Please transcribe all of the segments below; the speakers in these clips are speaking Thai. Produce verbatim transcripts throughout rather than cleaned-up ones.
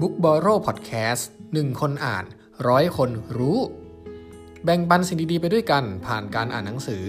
Book Borrow Podcast หนึ่งคนอ่านร้อยคนรู้แบ่งปันสิ่งดีๆไปด้วยกันผ่านการอ่านหนังสือ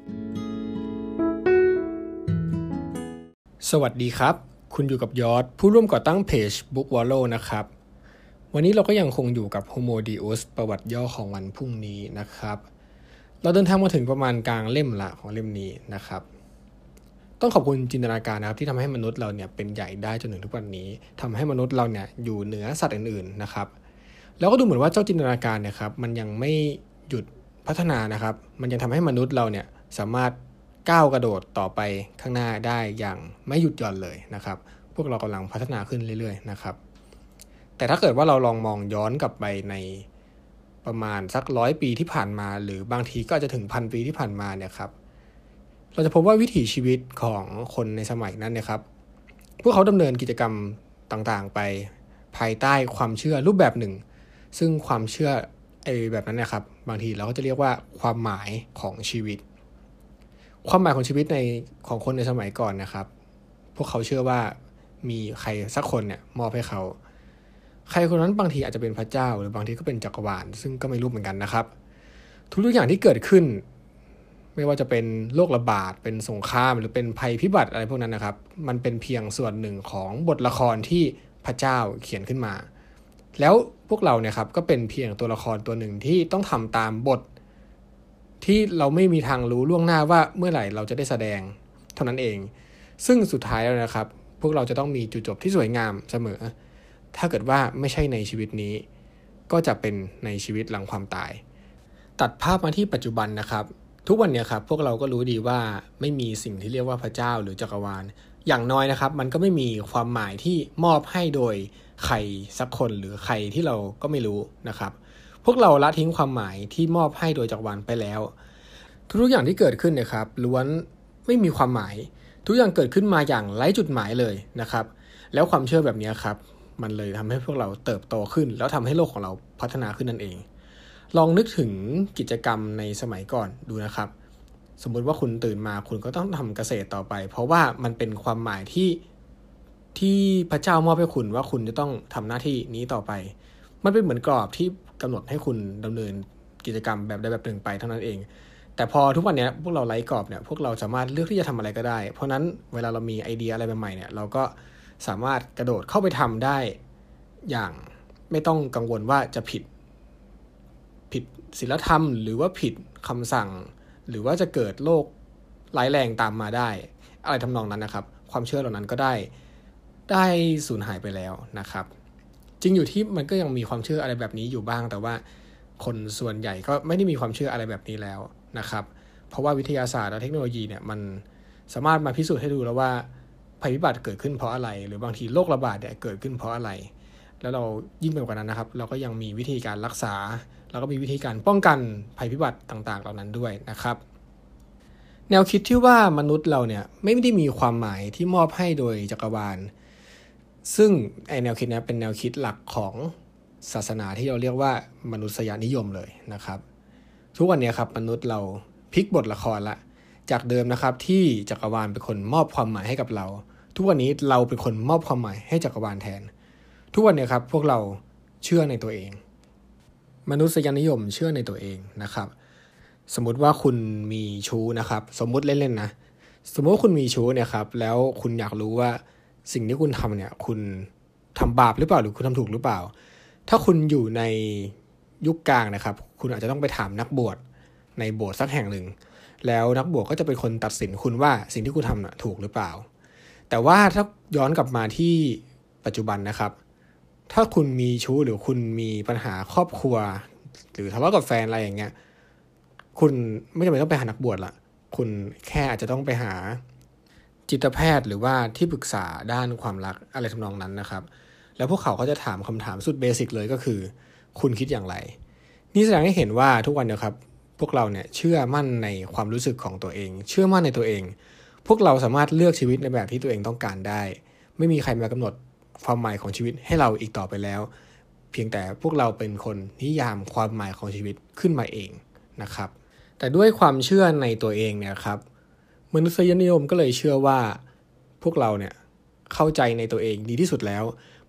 สวัสดีครับคุณอยู่กับยอดผู้ร่วมก่อตั้งเพจ Book Borrow นะครับวันนี้เราก็ยังคงอยู่กับ Homo Deus ประวัติย่อของวันพรุ่งนี้นะครับเราเดินทางมาถึงประมาณกลางเล่มละของเล่มนี้นะครับต้องขอบคุณจินตนาการนะครับที่ทำให้มนุษย์เราเนี่ยเป็นใหญ่ได้จนถึงทุกวันนี้ทำให้มนุษย์เราเนี่ยอยู่เหนือสัตว์อื่นๆนะครับแล้วก็ดูเหมือนว่าเจ้าจินตนาการเนี่ยครับมันยังไม่หยุดพัฒนานะครับมันยังทำให้มนุษย์เราเนี่ยสามารถก้าวกระโดดต่อไปข้างหน้าได้อย่างไม่หยุดหย่อนเลยนะครับพวกเรากำลังพัฒนาขึ้นเรื่อยๆนะครับแต่ถ้าเกิดว่าเราลองมองย้อนกลับไปในประมาณสักร้อยปีที่ผ่านมาหรือบางทีก็อาจจะถึงพันปีที่ผ่านมาเนี่ยครับเราจะพบว่าวิถีชีวิตของคนในสมัยนั้นเนี่ยครับพวกเขาดำเนินกิจกรรมต่างๆไปภายใต้ความเชื่อรูปแบบหนึ่งซึ่งความเชื่อไอ้แบบนั้นนะครับบางทีเราก็จะเรียกว่าความหมายของชีวิตความหมายของชีวิตในของคนในสมัยก่อนนะครับพวกเขาเชื่อว่ามีใครสักคนเนี่ยมอบให้เขาใครคนนั้นบางทีอาจจะเป็นพระเจ้าหรือบางทีก็เป็นจักรวาลซึ่งก็ไม่รู้เหมือนกันนะครับทุกๆอย่างที่เกิดขึ้นไม่ว่าจะเป็นโรคระบาดเป็นสงครามหรือเป็นภัยพิบัติอะไรพวกนั้นนะครับมันเป็นเพียงส่วนหนึ่งของบทละครที่พระเจ้าเขียนขึ้นมาแล้วพวกเราเนี่ยครับก็เป็นเพียงตัวละครตัวหนึ่งที่ต้องทำตามบทที่เราไม่มีทางรู้ล่วงหน้าว่าเมื่อไหร่เราจะได้แสดงเท่านั้นเองซึ่งสุดท้ายแล้วนะครับพวกเราจะต้องมีจุดจบที่สวยงามเสมอถ้าเกิดว่าไม่ใช่ในชีวิตนี้ก็จะเป็นในชีวิตหลังความตายตัดภาพมาที่ปัจจุบันนะครับทุกวันนี้ครับพวกเราก็รู้ดีว่าไม่มีสิ่งที่เรียกว่าพระเจ้าหรือจักรวาลอย่างน้อยนะครับมันก็ไม่มีความหมายที่มอบให้โดยใครสักคนหรือใครที่เราก็ไม่รู้นะครับพวกเราละทิ้งความหมายที่มอบให้โดยจักรวาลไปแล้วทุกๆอย่างที่เกิดขึ้นนะครับล้วนไม่มีความหมายทุกอย่างเกิดขึ้นมาอย่างไร้จุดหมายเลยนะครับแล้วความเชื่อแบบนี้ครับมันเลยทำให้พวกเราเติบโตขึ้นแล้วทำให้โลกของเราพัฒนาขึ้นนั่นเองลองนึกถึงกิจกรรมในสมัยก่อนดูนะครับสมมุติว่าคุณตื่นมาคุณก็ต้องทำเกษตรต่อไปเพราะว่ามันเป็นความหมายที่ที่พระเจ้ามอบให้คุณว่าคุณจะต้องทำหน้าที่นี้ต่อไปมันเป็นเหมือนกรอบที่กำหนดให้คุณดำเนินกิจกรรมแบบใดแบบหนึ่งไปเท่านั้นเองแต่พอทุกวันนี้พวกเราไร้กรอบเนี่ยพวกเราสามารถเลือกที่จะทำอะไรก็ได้เพราะนั้นเวลาเรามีไอเดียอะไรใหม่ๆเนี่ยเราก็สามารถกระโดดเข้าไปทำได้อย่างไม่ต้องกังวลว่าจะผิดผิดศีลธรรมหรือว่าผิดคำสั่งหรือว่าจะเกิดโรคร้ายแรงตามมาได้อะไรทำนองนั้นนะครับความเชื่อเหล่านั้นก็ได้ได้สูญหายไปแล้วนะครับจริงอยู่ที่มันก็ยังมีความเชื่ออะไรแบบนี้อยู่บ้างแต่ว่าคนส่วนใหญ่ก็ไม่ได้มีความเชื่ออะไรแบบนี้แล้วนะครับเพราะว่าวิทยาศาสตร์และเทคโนโลยีเนี่ยมันสามารถมาพิสูจน์ให้ดูแล้วว่าภัยพิบัติเกิดขึ้นเพราะอะไรหรือบางทีโรคระบาดเนี่ยเกิดขึ้นเพราะอะไรแล้วเรายิ่งไปกว่านั้นนะครับเราก็ยังมีวิธีการรักษาแล้วก็มีวิธีการป้องกันภัยพิบัติต่างๆเหล่านั้นด้วยนะครับแนวคิดที่ว่ามนุษย์เราเนี่ยไม่ได้มีความหมายที่มอบให้โดยจักรวาลซึ่งไอแนวคิดนี้เป็นแนวคิดหลักของศาสนาที่เราเรียกว่ามนุษยนิยมเลยนะครับทุกวันนี้ครับมนุษย์เราพลิกบทละครละจากเดิมนะครับที่จักรวาลเป็นคนมอบความหมายให้กับเราทุกวันนี้เราเป็นคนมอบความหมายให้จักรวาลแทนทุกวันนี้ครับพวกเราเชื่อในตัวเองมนุษยนิยมเชื่อในตัวเองนะครับสมมุติว่าคุณมีชู้นะครับสมมุติเล่นๆนะสมมุติว่าคุณมีชู้เนี่ยครับแล้วคุณอยากรู้ว่าสิ่งที่คุณทำเนี่ยคุณทำบาปหรือเปล่าหรือคุณทำถูกหรือเปล่าถ้าคุณอยู่ในยุคกลางนะครับคุณอาจจะต้องไปถามนักบวชในโบสถ์สักแห่งหนึ่งแล้วนักบวชก็จะเป็นคนตัดสินคุณว่าสิ่งที่คุณทำน่ะถูกหรือเปล่าแต่ว่าถ้าย้อนกลับมาที่ปัจจุบันนะครับถ้าคุณมีชู้หรือคุณมีปัญหาครอบครัวหรือทะเลาะกับแฟนอะไรอย่างเงี้ยคุณไม่จำเป็นต้องไปหานักบวชละคุณแค่อาจจะต้องไปหาจิตแพทย์หรือว่าที่ปรึกษาด้านความรักอะไรทำนองนั้นนะครับแล้วพวกเขาก็จะถามคำถามสุดเบสิกเลยก็คือคุณคิดอย่างไรนี่แสดงให้เห็นว่าทุกวันนะครับพวกเราเนี่ยเชื่อมั่นในความรู้สึกของตัวเองเชื่อมั่นในตัวเองพวกเราสามารถเลือกชีวิตในแบบที่ตัวเองต้องการได้ไม่มีใครมากำหนดความหมายของชีวิตให้เราอีกต่อไปแล้วเพียงแต่พวกเราเป็นคนนิยามความหมายของชีวิตขึ้นมาเองนะครับแต่ด้วยความเชื่อในตัวเองเนี่ยครับมนุษยนิยมก็เลยเชื่อว่าพวกเราเนี่ยเข้าใจในตัวเองดีที่สุดแล้ว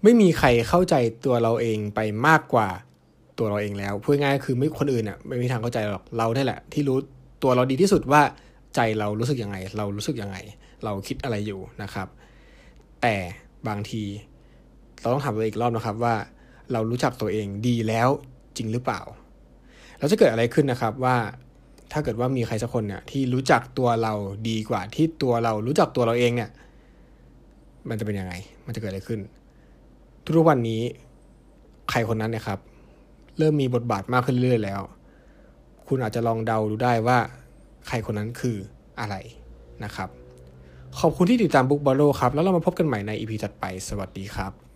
ไม่มีใครเข้าใจตัวเราเองไปมากกว่าตัวเราเองแล้วพูดง่ายๆคือไม่คนอื่นอ่ะไม่มีทางเข้าใจหรอกเราได้แหละที่รู้ตัวเราดีที่สุดว่าใจเรารู้สึกยังไงเรารู้สึกยังไงเราคิดอะไรอยู่นะครับแต่บางทีเราต้องถามตัวเองอีกรอบนะครับว่าเรารู้จักตัวเองดีแล้วจริงหรือเปล่าแล้วจะเกิดอะไรขึ้นนะครับว่าถ้าเกิดว่ามีใครสักคนเนี่ยที่รู้จักตัวเราดีกว่าที่ตัวเรารู้จักตัวเราเองเนี่ยมันจะเป็นยังไงมันจะเกิดอะไรขึ้นทุกวันนี้ใครคนนั้นเนี่ยครับเริ่มมีบทบาทมากขึ้นเรื่อยๆแล้วคุณอาจจะลองเดาดูได้ว่าใครคนนั้นคืออะไรนะครับขอบคุณที่ติดตาม Book Borrow ครับแล้วเรามาพบกันใหม่ใน อี พี ถัดไปสวัสดีครับ